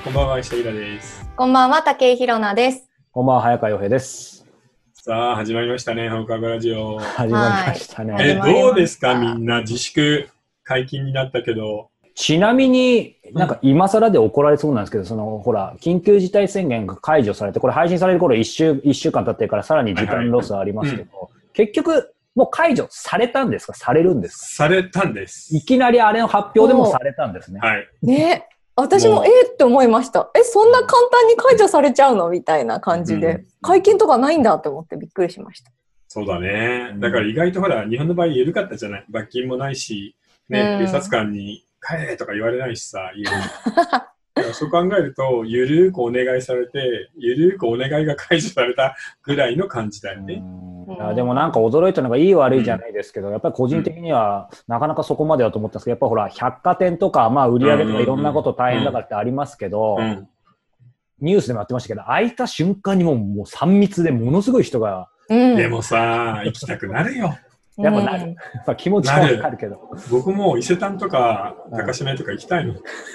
こんばんは、石田イラです。 こんばんは、武井宏奈です。 こんばんは、早川洋平です。 さあ、始まりましたね、放課後ラジオ。 始まりましたね。 どうですか、みんな自粛解禁になったけど。 ちなみに、なんか今更で怒られそうなんですけど、ほら、緊急事態宣言が解除されて、これ配信される頃一週間経ってるからさらに時間ロスありますけど、結局、もう解除されたんですか？されるんですか？ されたんです。 いきなりあれの発表でもされたんですね。 はい。 ね。私もって思いました。そんな簡単に解除されちゃうのみたいな感じで、会見とかないんだって思ってびっくりしました。 そうだね。だから意外とほら、日本の場合緩かったじゃない。罰金もないし、ね、警察官に帰れとか言われないしさ、家に。そう考えると、ゆるーくお願いされて、ゆるーくお願いが解除されたぐらいの感じだよね。 でもなんか驚いたのがいい悪いじゃないですけど、やっぱり個人的にはなかなかそこまでだと思ったんですけど、やっぱほら、百貨店とか、まあ売り上げとかいろんなこと大変だからってありますけど、ニュースでもやってましたけど、開いた瞬間にもう3密でものすごい人が。 でもさ、行きたくなるよ。 やっぱなる。気持ちはわかるけど。 僕も伊勢丹とか高島屋とか行きたいの。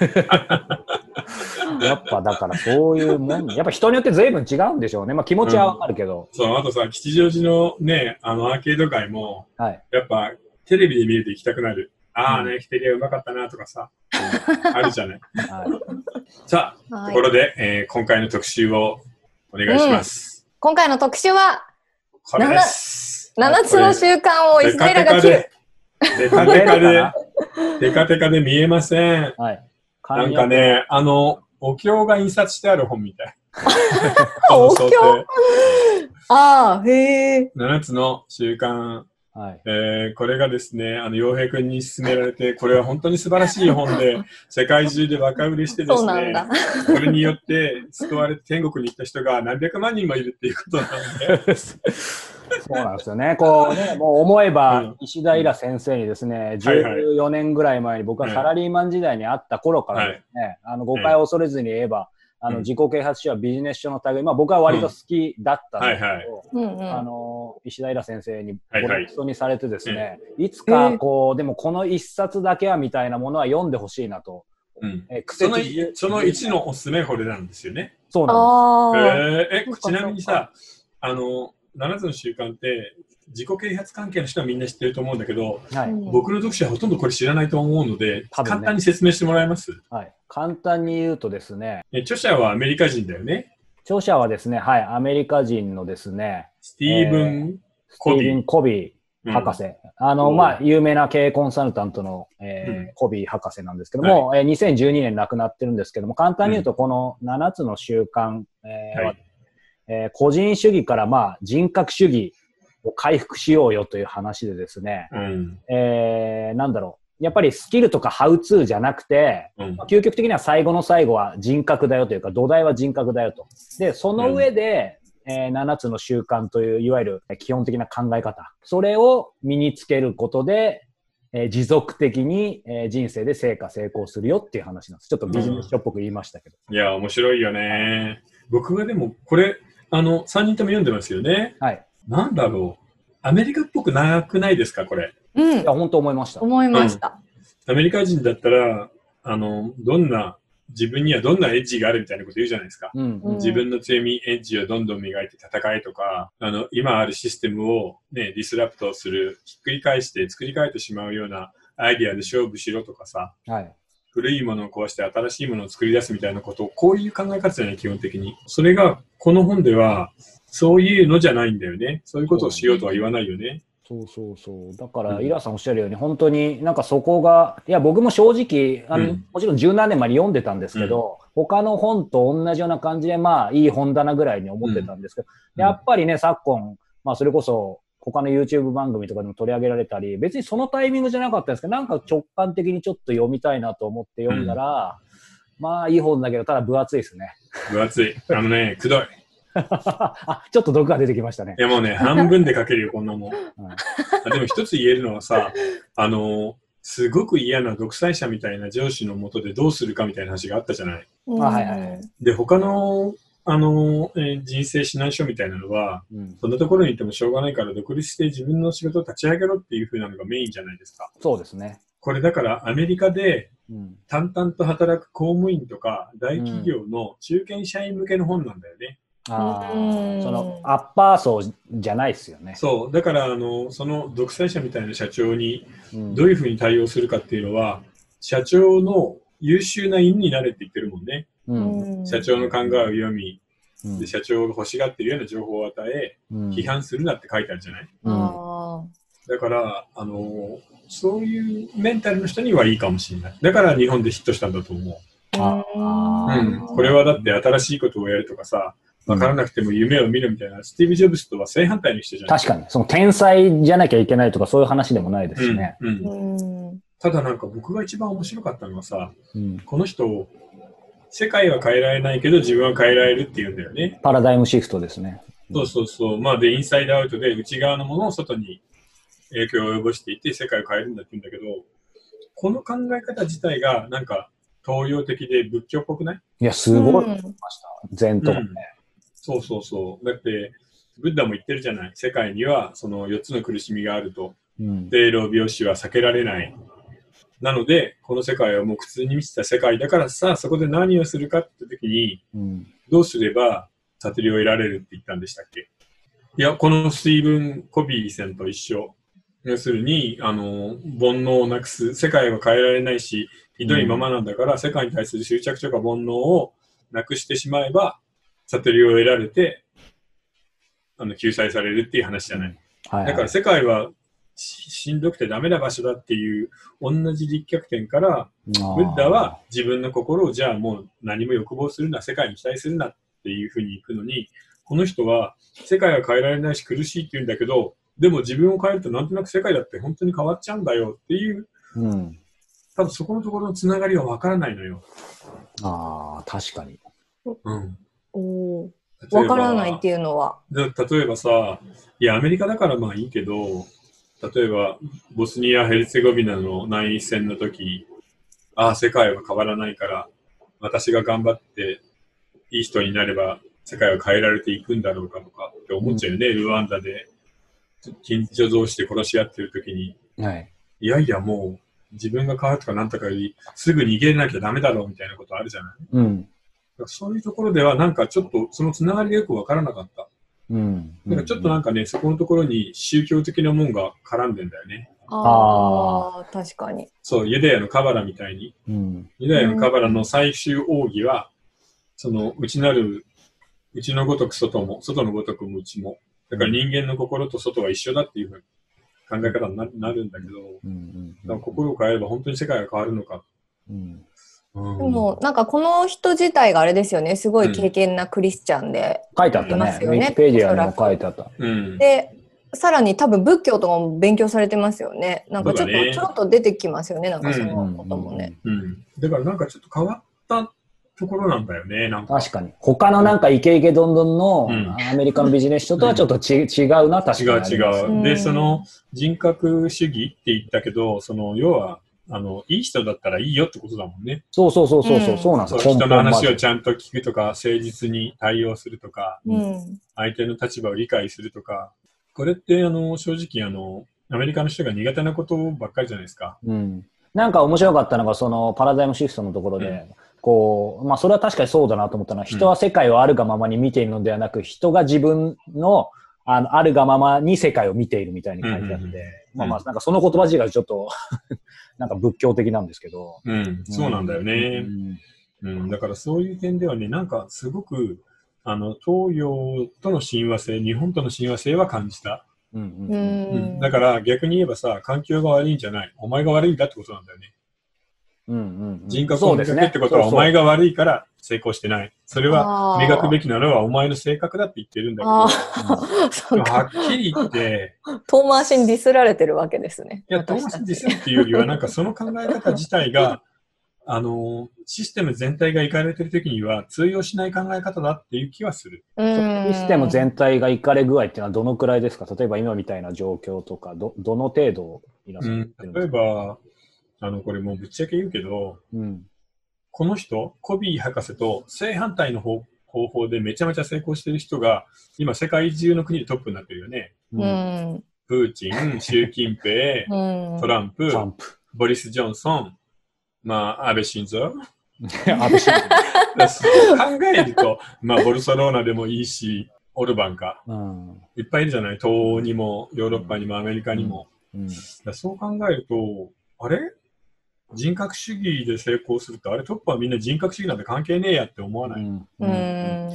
やっぱだからそういうもん、やっぱ人によって随分違うんでしょうね。まあ気持ちはわかるけど。 そう、あとさ、吉祥寺のね、アーケード街も、やっぱテレビで見ると行きたくなる。ああね、ヒテリアうまかったなとかさ、あるじゃない。さあ、ところで、今回の特集をお願いします。 今回の特集は、 これです。 7つの習慣を石田イラが切る。 テカテカで見えません。なんかね、お経が印刷してある本みたい。 お経へえ。 7つの習慣。これがですね、洋平くんに勧められて、これは本当に素晴らしい本で、世界中でバカ売れしてですね、これによって救われて天国に行った人が何百万人もいるっていうことなんで。 そうなんですよね。こうね、もう思えば、石田イラ先生にですね、14年ぐらい前に僕はサラリーマン時代に会った頃からですね、誤解を恐れずに言えば、自己啓発書やビジネス書の類、まあ僕は割と好きだったんですけど、石田イラ先生にごリストにされてですね、いつかこう、でもこの一冊だけはみたいなものは読んでほしいなと。 その1のおすすめこれなんですよね。 そうなんです。ちなみにさ、7つの習慣って自己啓発関係の人はみんな知ってると思うんだけど、僕の読者はほとんどこれ知らないと思うので、簡単に説明してもらえます？ 簡単に言うとですね、 著者はアメリカ人だよね。 著者はですね、アメリカ人のですね、 スティーブン・コビー博士。まあ、有名な経営コンサルタントの、コビー博士なんですけども、2012年亡くなってるんですけども、簡単に言うとこの7つの習慣は、個人主義からまあ人格主義を回復しようよという話でですね、なんだろう、やっぱりスキルとかハウツーじゃなくて、究極的には最後の最後は人格だよというか、土台は人格だよと。で、その上で、7つの習慣といういわゆる基本的な考え方、それを身につけることで、持続的に人生で成功するよっていう話なんです。ちょっとビジネス書っぽく言いましたけど。 いや、面白いよね。僕はでもこれ、3人とも読んでますよね。なんだろう。アメリカっぽくなくないですか、これ。 いや、本当思いました。 思いました。 アメリカ人だったら、自分にはどんなエッジがあるみたいなこと言うじゃないですか。自分の強み、エッジをどんどん磨いて戦えとか、今あるシステムをね、ディスラプトする、ひっくり返して作り変えてしまうようなアイディアで勝負しろとかさ。古いものを壊して新しいものを作り出すみたいなことを、こういう考え方じゃない、基本的に。それが、この本では、そういうのじゃないんだよね。そういうことをしようとは言わないよね。 そう。だから、イラさんおっしゃるように、本当になんかそこが、いや、僕も正直、もちろん十何年前に読んでたんですけど、他の本と同じような感じで、まあ、いい本だなぐらいに思ってたんですけど、やっぱりね、昨今、まあ、それこそ、他の YouTube 番組とかでも取り上げられたり、別にそのタイミングじゃなかったんですけど、なんか直感的にちょっと読みたいなと思って読んだら、まあいい本だけど、ただ分厚いですね。 分厚い。くどい。 ちょっと毒が出てきましたね。 いやもうね、半分で書けるよ、こんなもん。でも一つ言えるのはさ、すごく嫌な独裁者みたいな上司の下でどうするかみたいな話があったじゃない。で、他の人生指南書みたいなのは、そんなところにいてもしょうがないから独立して自分の仕事を立ち上げろっていう風なのがメインじゃないですか。 そうですね。 これだからアメリカで淡々と働く公務員とか大企業の中堅社員向けの本なんだよね。 そのアッパー層じゃないですよね。 そう。だから、その独裁者みたいな社長にどういうふうに対応するかっていうのは、社長の優秀な犬になれって言ってるもんね。社長の考えを読み、で社長が欲しがっているような情報を与え、批判するなって書いてあるじゃない。だから、そういうメンタルの人にはいいかもしれない。だから日本でヒットしたんだと思う。これはだって新しいことをやるとかさ、わからなくても夢を見るみたいな、スティーブ・ジョブズとは正反対の人じゃない。 確かに。その天才じゃなきゃいけないとかそういう話でもないですしね。 ただなんか僕が一番面白かったのはさ、この人、世界は変えられないけど自分は変えられるって言うんだよね。 パラダイムシフトですね。 まあで、インサイドアウトで内側のものを外に影響を及ぼしていって世界を変えるんだって言うんだけど、この考え方自体がなんか東洋的で仏教っぽくない？ いや、すごいました。禅とかね。 だって、ブッダも言ってるじゃない。世界にはその4つの苦しみがあると。低老病死は避けられない。なので、この世界はもう苦痛に満ちた世界だからさ、そこで何をするかって時に、どうすれば悟りを得られるって言ったんでしたっけ？いや、このスティーブン・コビーさんと一緒。要するに、煩悩をなくす。世界は変えられないし、ひどいままなんだから、世界に対する執着とか煩悩をなくしてしまえば、悟りを得られて、救済されるっていう話じゃない。だから世界はしんどくてダメな場所だっていう同じ立脚点から、ブッダは自分の心をじゃあもう何も欲望するな、世界に期待するなっていうふうに行くのに、この人は世界は変えられないし苦しいって言うんだけど、でも自分を変えるとなんとなく世界だって本当に変わっちゃうんだよっていう、多分そこのところのつながりはわからないのよ。 確かに。 わからないっていうのは。 例えばさ、いや、アメリカだからまあいいけど、例えば、ボスニア・ヘルツェゴビナの内戦の時、世界は変わらないから、私が頑張っていい人になれば、世界は変えられていくんだろうかとかって思っちゃうよね。ルワンダで、近所同士で殺し合ってる時に、いやいやもう、自分が変わるとかなんとかより、すぐ逃げなきゃダメだろうみたいなことあるじゃない。そういうところでは、なんかちょっとそのつながりがよくわからなかった。なんかちょっとなんかね、そこのところに宗教的なもんが絡んでんだよね。 確かに。 そう、ユダヤのカバラみたいに。ユダヤのカバラの最終奥義は、その内なる、内のごとく外も、外のごとく内も。だから人間の心と外は一緒だっていう考え方になるんだけど、だから心を変えれば本当に世界が変わるのか。 でもなんかこの人自体があれですよね、すごい敬虔なクリスチャンで、 書いてあったね。ウィキペディアにも書いてあった。 で、さらに多分仏教とかも勉強されてますよね。なんかちょっと出てきますよね、なんかそのこともね。 だからなんかちょっと変わったところなんだよね。なんか確かに。他のなんかイケイケどんどんのアメリカのビジネス書とはちょっと違うな、確かに。 違う。で、その人格主義って言ったけど、その要は、いい人だったらいいよってことだもんね。 そうなんですよ。 人の話をちゃんと聞くとか、誠実に対応するとか、相手の立場を理解するとか、これって正直アメリカの人が苦手なことばっかりじゃないですか。 なんか面白かったのが、そのパラダイムシフトのところで、それは確かにそうだなと思ったのは、人は世界をあるがままに見ているのではなく、人が自分のあるがままに世界を見ているみたいに書いてあって、なんかその言葉自体がちょっとなんか仏教的なんですけど。 そうなんだよね。だからそういう点ではね、なんかすごく、東洋との親和性、日本との親和性は感じた。だから逆に言えばさ、環境が悪いんじゃない。お前が悪いんだってことなんだよね。人格を磨くってことはお前が悪いから成功してない。それは磨くべきなのはお前の性格だって言ってるんだけど、はっきり言って、 遠回しにディスられてるわけですね。 いや、遠回しにディスるっていうよりは、なんかその考え方自体が、システム全体がいかれてるときには通用しない考え方だっていう気はする。 システム全体がいかれ具合っていうのはどのくらいですか？例えば今みたいな状況とか、どの程度いらっしゃるんですか？ 例えば、これもうぶっちゃけ言うけど、この人、コビー博士と正反対の方法でめちゃめちゃ成功してる人が、今世界中の国でトップになってるよね。プーチン、習近平、トランプ、ボリス・ジョンソン、 まあ、安倍晋三安倍晋そう考えると、まあ、ボルソローナでもいいし、オルバンか。いっぱいいるじゃない、東欧にも、ヨーロッパにも、アメリカにも。そう考えると、あれ人格主義で成功すると、あれトップはみんな人格主義なんて関係ねえやって思わない？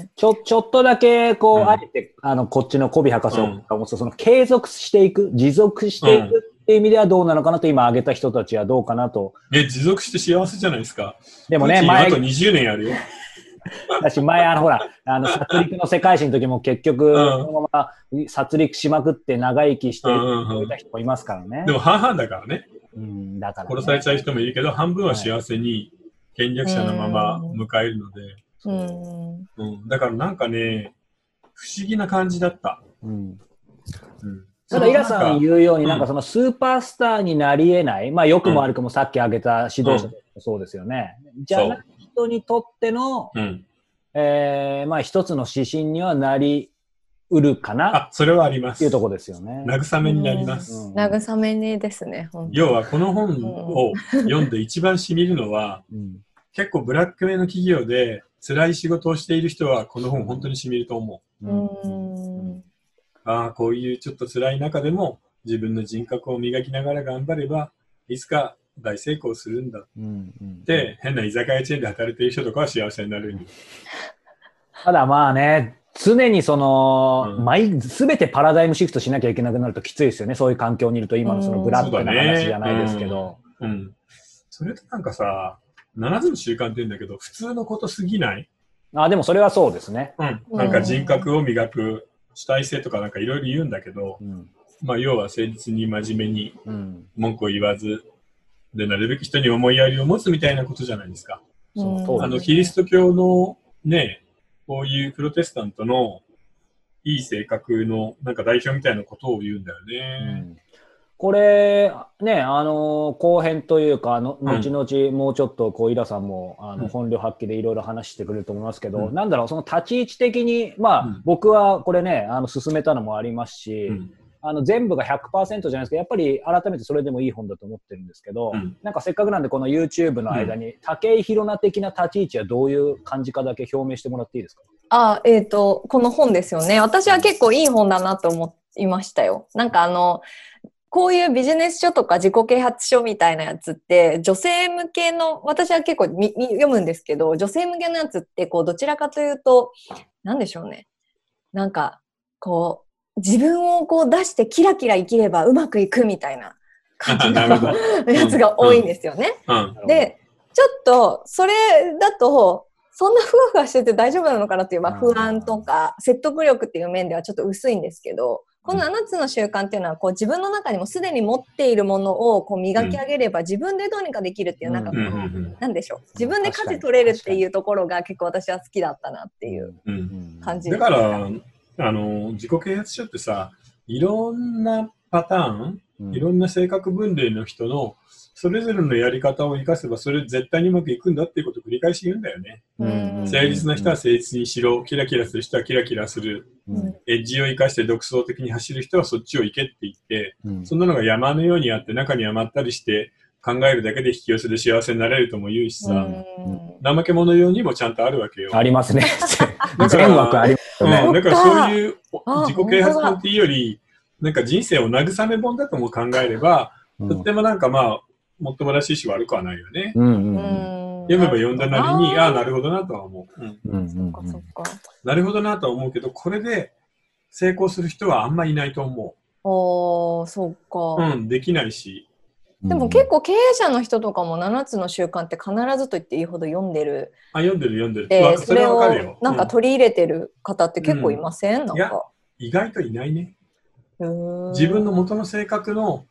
ちょっとだけ、こう、あえて、こっちのコビ博士を思うと、その継続していく、持続していくっていう意味ではどうなのかなと、今挙げた人たちはどうかなと。 持続して幸せじゃないですか。 でもね、 あと20年やるよ。 だし、前、ほら、殺戮の世界史の時も結局、そのまま殺戮しまくって長生きしていた人もいますからね。 でも半々だからね。 だからね、 殺されちゃう人もいるけど、半分は幸せに権力者のまま迎えるので。だからなんかね、不思議な感じだった。 ただ、イラさん言うように、なんかそのスーパースターになり得ない、まあ、良くも悪くもさっき挙げた指導者もそうですよね。じゃない人にとっての、まあ、一つの指針にはなりうるかな。 それはあります。 っていうところですよね。 慰めになります。 慰めにですね、 要は、この本を読んで一番染みるのは、結構ブラック系の企業で辛い仕事をしている人は、この本本当に染みると思う。こういうちょっと辛い中でも、自分の人格を磨きながら頑張れば、いつか大成功するんだって、変な居酒屋チェーンで働いている人とかは幸せになる。 ただまあね、常にその、すべてパラダイムシフトしなきゃいけなくなるときついですよね。そういう環境にいると、今のそのブラックな話じゃないですけど。 それとなんかさ、7つの習慣って言うんだけど、普通のことすぎない？ でもそれはそうですね。 なんか人格を磨く、主体性とかなんかいろいろ言うんだけど、まあ要は誠実に真面目に文句を言わず、で、なるべく人に思いやりを持つみたいなことじゃないですか。キリスト教のね、こういうプロテスタントのいい性格のなんか代表みたいなことを言うんだよね。 これ、ね、後編というか、後々もうちょっと、イラさんも、本領発揮でいろいろ話してくれると思いますけど、なんだろう、その立ち位置的に、まあ、僕はこれね、進めたのもありますし、全部が 100% じゃないですけど、やっぱり改めてそれでもいい本だと思ってるんですけど、なんかせっかくなんでこの YouTube の間に、武井宏奈的な立ち位置はどういう感じかだけ表明してもらっていいですか？ この本ですよね。私は結構いい本だなと思いましたよ。なんかこういうビジネス書とか自己啓発書みたいなやつって、女性向けの、私は結構読むんですけど、女性向けのやつって、どちらかというと、なんでしょうね。なんか、自分を出してキラキラ生きればうまくいくみたいな感じのやつが多いんですよね。で、ちょっと、それだと、そんなふわふわしてて大丈夫なのかなっていう、不安とか説得力っていう面ではちょっと薄いんですけど、この7つの習慣っていうのは自分の中にもすでに持っているものを磨き上げれば自分でどうにかできるっていう、なんかなんでしょう、自分で舵取れるっていうところが結構私は好きだったなっていう感じです。 だから自己啓発書ってさ、いろんなパターン、いろんな性格分類の人のそれぞれのやり方を生かせばそれ絶対にうまくいくんだっていうことを繰り返し言うんだよね。誠実な人は誠実にしろ、キラキラする人はキラキラする、エッジを生かして独創的に走る人はそっちを行けって言って、そんなのが山のようにあって中にはまったりして考えるだけで引き寄せで幸せになれるとも言うしさ、怠け者用にもちゃんとあるわけよ。 ありますね。全枠ありますね。 だからそういう自己啓発本っていうより、なんか人生を慰め本だとも考えれば、とってもなんかもっともらしいし悪くはないよね。読めば読んだなりに、なるほどなとは思う。なるほどなとは思うけど、これで成功する人はあんまりいないと思う。そうか。 できないし。 でも結構経営者の人とかも7つの習慣って必ずと言っていいほど読んでる。 読んでる。 それをなんか取り入れてる方って結構いません？なんか。 いや、意外といないね。自分の元の性格の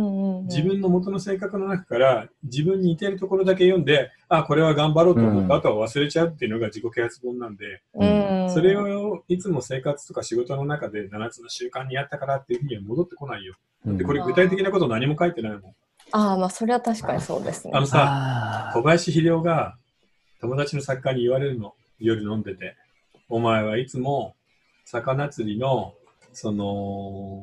中から自分に似てるところだけ読んで、これは頑張ろうと思った後は忘れちゃうっていうのが自己啓発本なんで、それをいつも生活とか仕事の中で7つの習慣にやったからっていうふうには戻ってこないよ。で、これ具体的なこと何も書いてないもん。 それは確かにそうですね。 小林秀夫が友達の作家に言われるの、夜飲んでて、お前はいつも魚釣りの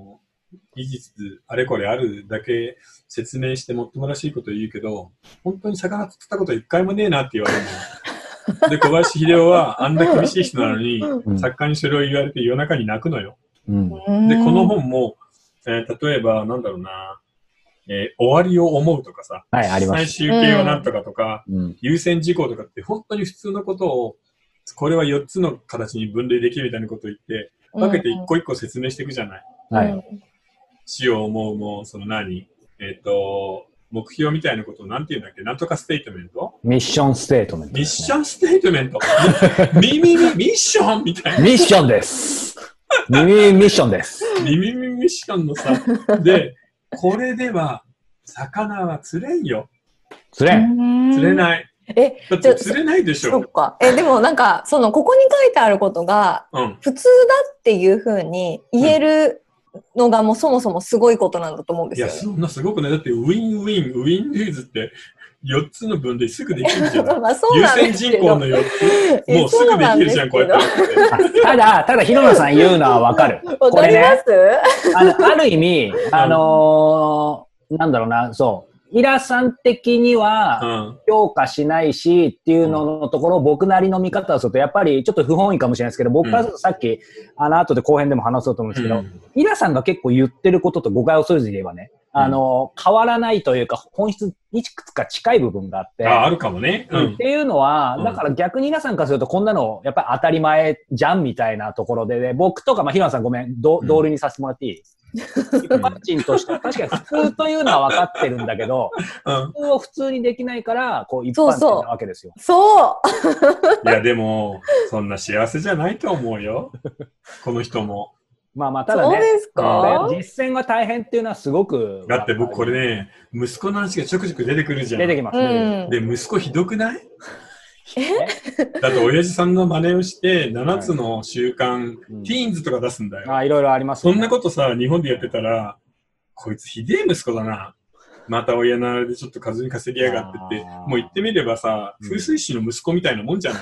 技術、あれこれあるだけ説明してもっともらしいこと言うけど、本当に魚釣ったこと一回もねえなって言われるのよ。で、小林秀夫はあんな厳しい人なのに、作家にそれを言われて夜中に泣くのよ。で、この本も、例えば、なんだろうな、終わりを思うとかさ、 はい、あります。 最終形はなんとかとか、優先事項とかって本当に普通のことを、これは4つの形に分類できるみたいなことを言って、分けて一個一個説明していくじゃない。 はい。 死を思うも、その何目標みたいなことをなんて言うんだっけ、なんとかステートメントミッションステートメント、 ミッションステートメントミッションみたいな。 ミッションです。ミッションです。 ミッションのさ、で、これでは、魚は釣れんよ。 釣れん。 釣れない。だって釣れないでしょ。 そっか。でもなんか、ここに書いてあることが、普通だっていうふうに言えるのがもうそもそもすごいことなんだと思うんですよ、ね。 いや、そんなすごくね。だってウィンルーズって4つの分ですぐできるじゃん。 まあそうなんですけど。 優先人口の4つ。もうすぐできるじゃん、こうやって。 ただ、広野さん言うのはわかる。 わかります？ ある意味、なんだろうな、そう。イラさん的には評価しないしっていうのところを僕なりの見方をするとやっぱりちょっと不本意かもしれないですけど、僕からするとさっき後で後編でも話そうと思うんですけど、イラさんが結構言ってることと誤解を恐れずに言えばね、変わらないというか本質いくつか近い部分があって。 あるかもね。 っていうのは、だから逆に皆さんからするとこんなのやっぱり当たり前じゃんみたいなところで、ね、僕とか、平野さんごめん、同類にさせてもらっていい？一般人としては確かに普通というのは分かってるんだけど、普通を普通にできないから、こう一般人なわけですよ。 そういや、でも、そんな幸せじゃないと思うよ。この人も。 まあ、ただね。 そうですか？ 実践が大変っていうのはすごく。 だって僕これね、息子の話がちょくちょく出てくるじゃん。 出てきます。 で、息子ひどくない？だって親父さんの真似をして7つの習慣、ティーンズとか出すんだよ。 いろいろあります、 そんなことさ、日本でやってたら、こいつひでえ息子だな。また親のあれでちょっと数に稼ぎやがってって、もう言ってみればさ、風水師の息子みたいなもんじゃない？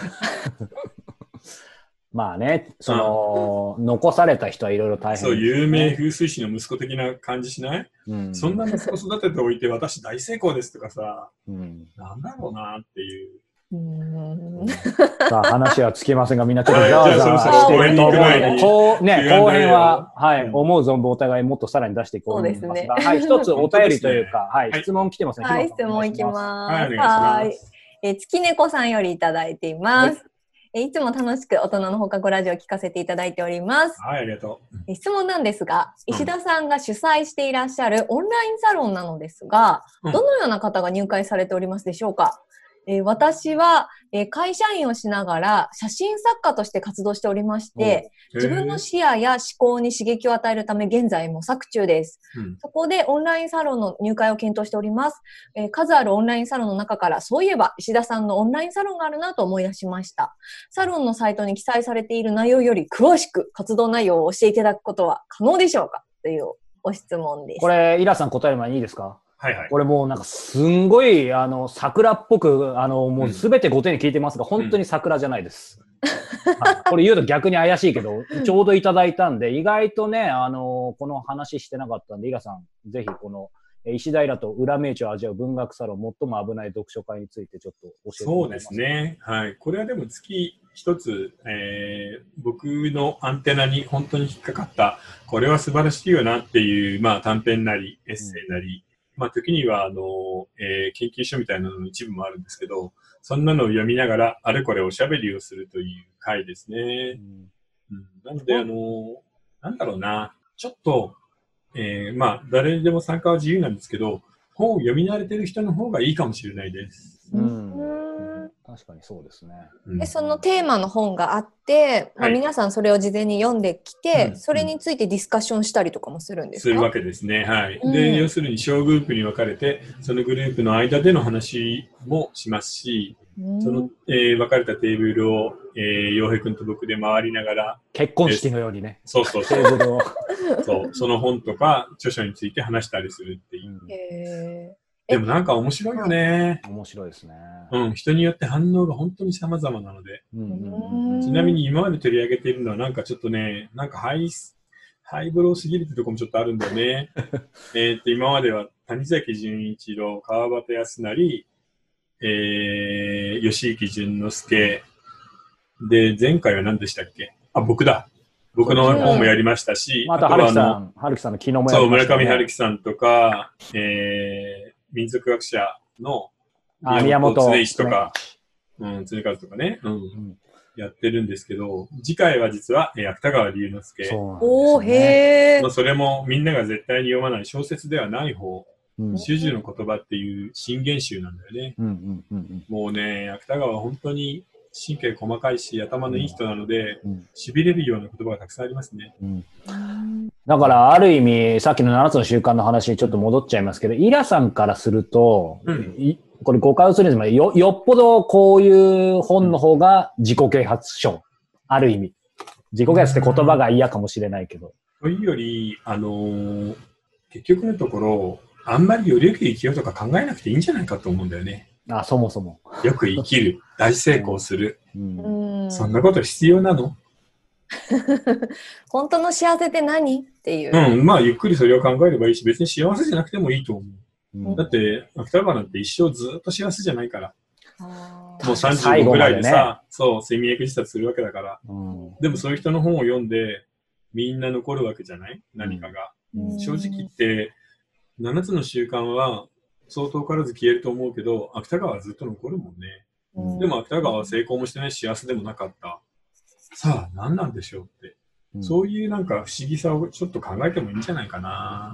まあね、残された人はいろいろ大変、 そう、有名風水師の息子的な感じしない？そんな息子育てておいて私大成功ですとかさ、なんだろうなっていう。 さあ話はつきませんが、みんなちょっとざわざわしてると思うので、後編は、思う存分お互いもっとさらに出していこうと思いますが、はい、一つお便りというか、質問来てますね。 はい、質問いきます。 はい、 月猫さんよりいただいています。いつも楽しく大人の放課後ラジオを聞かせていただいております。 はい、ありがとう。質問なんですが、石田さんが主催していらっしゃるオンラインサロンなのですが、どのような方が入会されておりますでしょうか？私は、会社員をしながら写真作家として活動しておりまして、自分の視野や思考に刺激を与えるため現在模索中です。そこでオンラインサロンの入会を検討しております。数あるオンラインサロンの中からそういえば石田さんのオンラインサロンがあるなと思い出しました。サロンのサイトに記載されている内容より詳しく活動内容を教えていただくことは可能でしょうか？というご質問です。 これ、イラさん答える前にいいですか？ はいはい。 これもうなんかすんごい、桜っぽく、もうすべてご丁寧に聞いてますが、本当に桜じゃないです。これ言うと逆に怪しいけど、ちょうどいただいたんで、意外とね、この話してなかったんで、イラさん、ぜひこの、石平と裏名著を味わう文学サロン、最も危ない読書会についてちょっと教えてもらえますか？ そうですね。はい。これはでも月一つ、僕のアンテナに本当に引っかかった、これは素晴らしいよなっていう、短編なり、エッセイなり、時には、研究書みたいなのの一部もあるんですけど、そんなのを読みながら、あれこれおしゃべりをするという回ですね。なので、なんだろうな、ちょっと、誰にでも参加は自由なんですけど、本を読み慣れてる人の方がいいかもしれないです。 確かにそうですね。 そのテーマの本があって、皆さんそれを事前に読んできて、それについてディスカッションしたりとかもするんですか？ するわけですね。はい。で、要するに小グループに分かれて、そのグループの間での話もしますし、その、分かれたテーブルを、洋平君と僕で回りながら。 結婚式のようにね。 そう。 テーブルを。 そう。その本とか著書について話したりするっていう。でもなんか面白いよね。 面白いですね。 人によって反応が本当に様々なので。ちなみに今まで取り上げているのはなんかちょっとね、なんかハイハイブローすぎるってとこもちょっとあるんだよね。今までは谷崎潤一郎、川端康成、吉行淳之介。で、前回は何でしたっけ？あ、僕だ。僕の方もやりましたし、 あと春樹さんの昨日もやりましたね。 そう、村上春樹さんとか、民族学者の宮本常石とか、常和とかね、やってるんですけど、次回は実は、芥川龍之介。 おー、へー。 それもみんなが絶対に読まない小説ではない方、種々の言葉っていう新言集なんだよね。もうね、芥川は本当に神経細かいし、頭のいい人なので、痺れるような言葉がたくさんありますね。 だから、ある意味、さっきの7つの習慣の話にちょっと戻っちゃいますけど、イラさんからすると、これ誤解をするんですけど、よっぽどこういう本の方が自己啓発書。ある意味。自己啓発って言葉が嫌かもしれないけど。 というより、結局のところ、あんまりよりよく生きようとか考えなくていいんじゃないかと思うんだよね。 そもそも。 よく生きる。大成功する。そんなこと必要なの？ 本当の幸せって何っていう。 まあ、ゆっくりそれを考えればいいし、別に幸せじゃなくてもいいと思う。だって、芥川なんて一生ずっと幸せじゃないから。もう35ぐらいでさ、そう、睡眠薬自殺するわけだから。でもそういう人の本を読んで、みんな残るわけじゃない？何かが。正直言って、7つの習慣は相当からず消えると思うけど、芥川はずっと残るもんね。でも芥川は成功もしてないし、幸せでもなかった。さあ、何なんでしょうって。そういうなんか不思議さをちょっと考えてもいいんじゃないかな。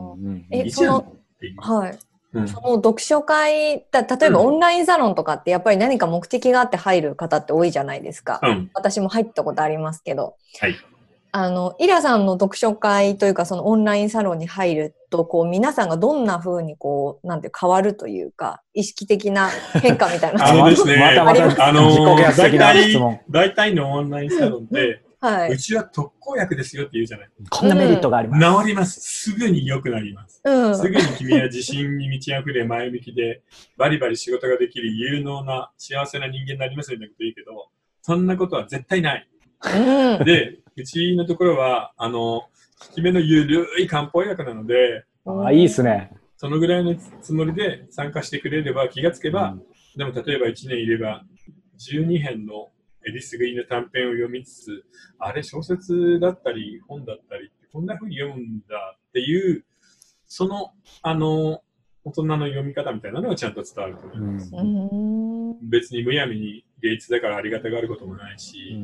はい。その読書会、例えばオンラインサロンとかってやっぱり何か目的があって入る方って多いじゃないですか。私も入ったことありますけど。 はい。 イラさんの読書会というかそのオンラインサロンに入ると、こう皆さんがどんな風にこう、なんて変わるというか、意識的な変化みたいな。 ですね。 また自己啓発的な質問。 大体のオンラインサロンで、うちは特効薬ですよって言うじゃない。 こんなメリットがあります。 治ります。すぐに良くなります。すぐに君は自信に満ち溢れ前向きで、バリバリ仕事ができる有能な幸せな人間になりますよみたいなこと言うけど、そんなことは絶対ない。で、うちのところは、効き目のゆるい漢方薬なので、 いいっすね。 そのぐらいのつもりで参加してくれれば、気がつけば、でも例えば1年いれば、12編のえりすぐりの短編を読みつつ、あれ小説だったり本だったりこんな風に読むんだっていう、その大人の読み方みたいなのがちゃんと伝わると思います。別にむやみに芸術だからありがたがることもないし、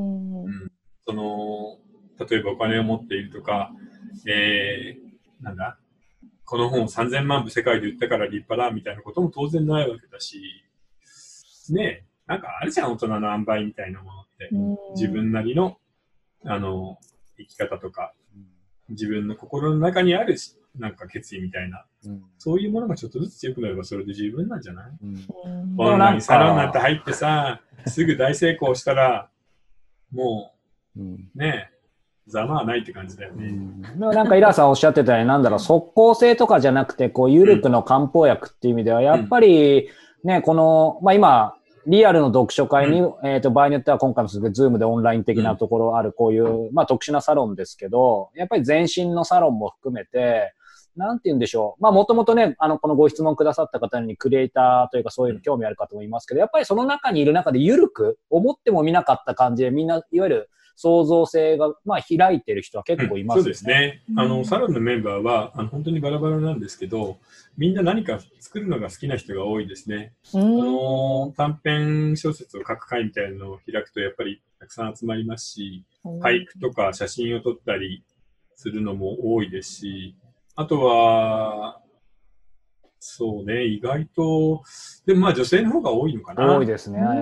例えばお金を持っているとか、なんだ、この本を3000万部世界で売ったから立派だみたいなことも当然ないわけだし、ねえ、なんかあるじゃん、大人の塩梅みたいなものって。自分なりの、生き方とか、自分の心の中にある、なんか決意みたいな、そういうものがちょっとずつ強くなればそれで十分なんじゃない？オンラインサロンなんて入ってさ、すぐ大成功したら、もう、ねえ、ざまはないって感じだよね。 なんかイラさんおっしゃってたように、なんだろう、即効性とかじゃなくて、こう、緩くの漢方薬っていう意味では、やっぱり、ね、この、今、リアルの読書会に、場合によっては今回もズームでオンライン的なところあるこういう、特殊なサロンですけど、やっぱり前身のサロンも含めて、なんて言うんでしょう。もともとね、このご質問くださった方にクリエイターというかそういうの興味ある方もいますけど、やっぱりその中にいる中で緩く、思っても見なかった感じでみんな、いわゆる創造性が、開いてる人は結構いますよね。 そうですね。サロンのメンバーは、本当にバラバラなんですけど、みんな何か作るのが好きな人が多いですね。短編小説を書く会みたいなのを開くと、やっぱりたくさん集まりますし、俳句とか写真を撮ったりするのも多いですし、あとは、そうね、意外と、でも女性の方が多いのかな。 多いですね。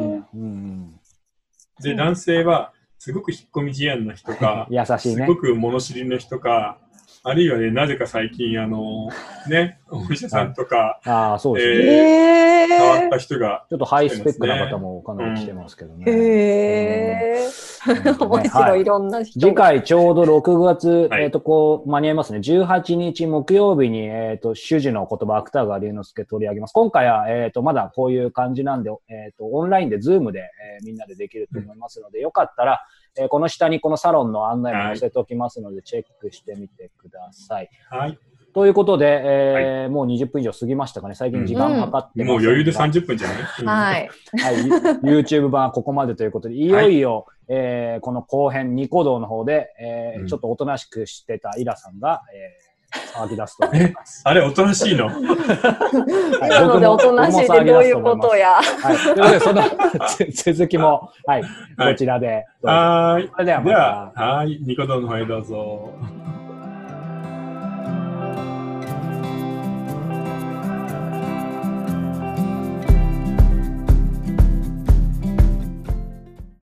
で、男性は、すごく引っ込み思案な人か、 優しいね。 すごく物知りの人か、あるいはね、なぜか最近、ね、お医者さんとか、 そうですね。 変わった人が、 ちょっとハイスペックな方もかなり来てますけどね。 面白い、いろんな人。 次回ちょうど6月、間に合いますね。18日木曜日に、主事の言葉、芥川龍之介取り上げます。今回は、まだこういう感じなんで、オンラインでズームで、みんなでできると思いますので、よかったら、 この下にこのサロンの案内も載せておきますので、チェックしてみてください。 はい。 ということで、もう20分以上過ぎましたかね。最近時間計ってます、 もう余裕で30分じゃないはい。 はい。YouTube 版はここまでということで、いよいよ、この後編、ニコ動の方で、ちょっとおとなしくしてたイラさんが、騒ぎ出すと思います。 あれ、おとなしいの今のでおとなしいってどういうことや。 はい。ということで、その続きも、はい、こちらで。 はい。 それではまた。 はい。ニコ動の方へどうぞ。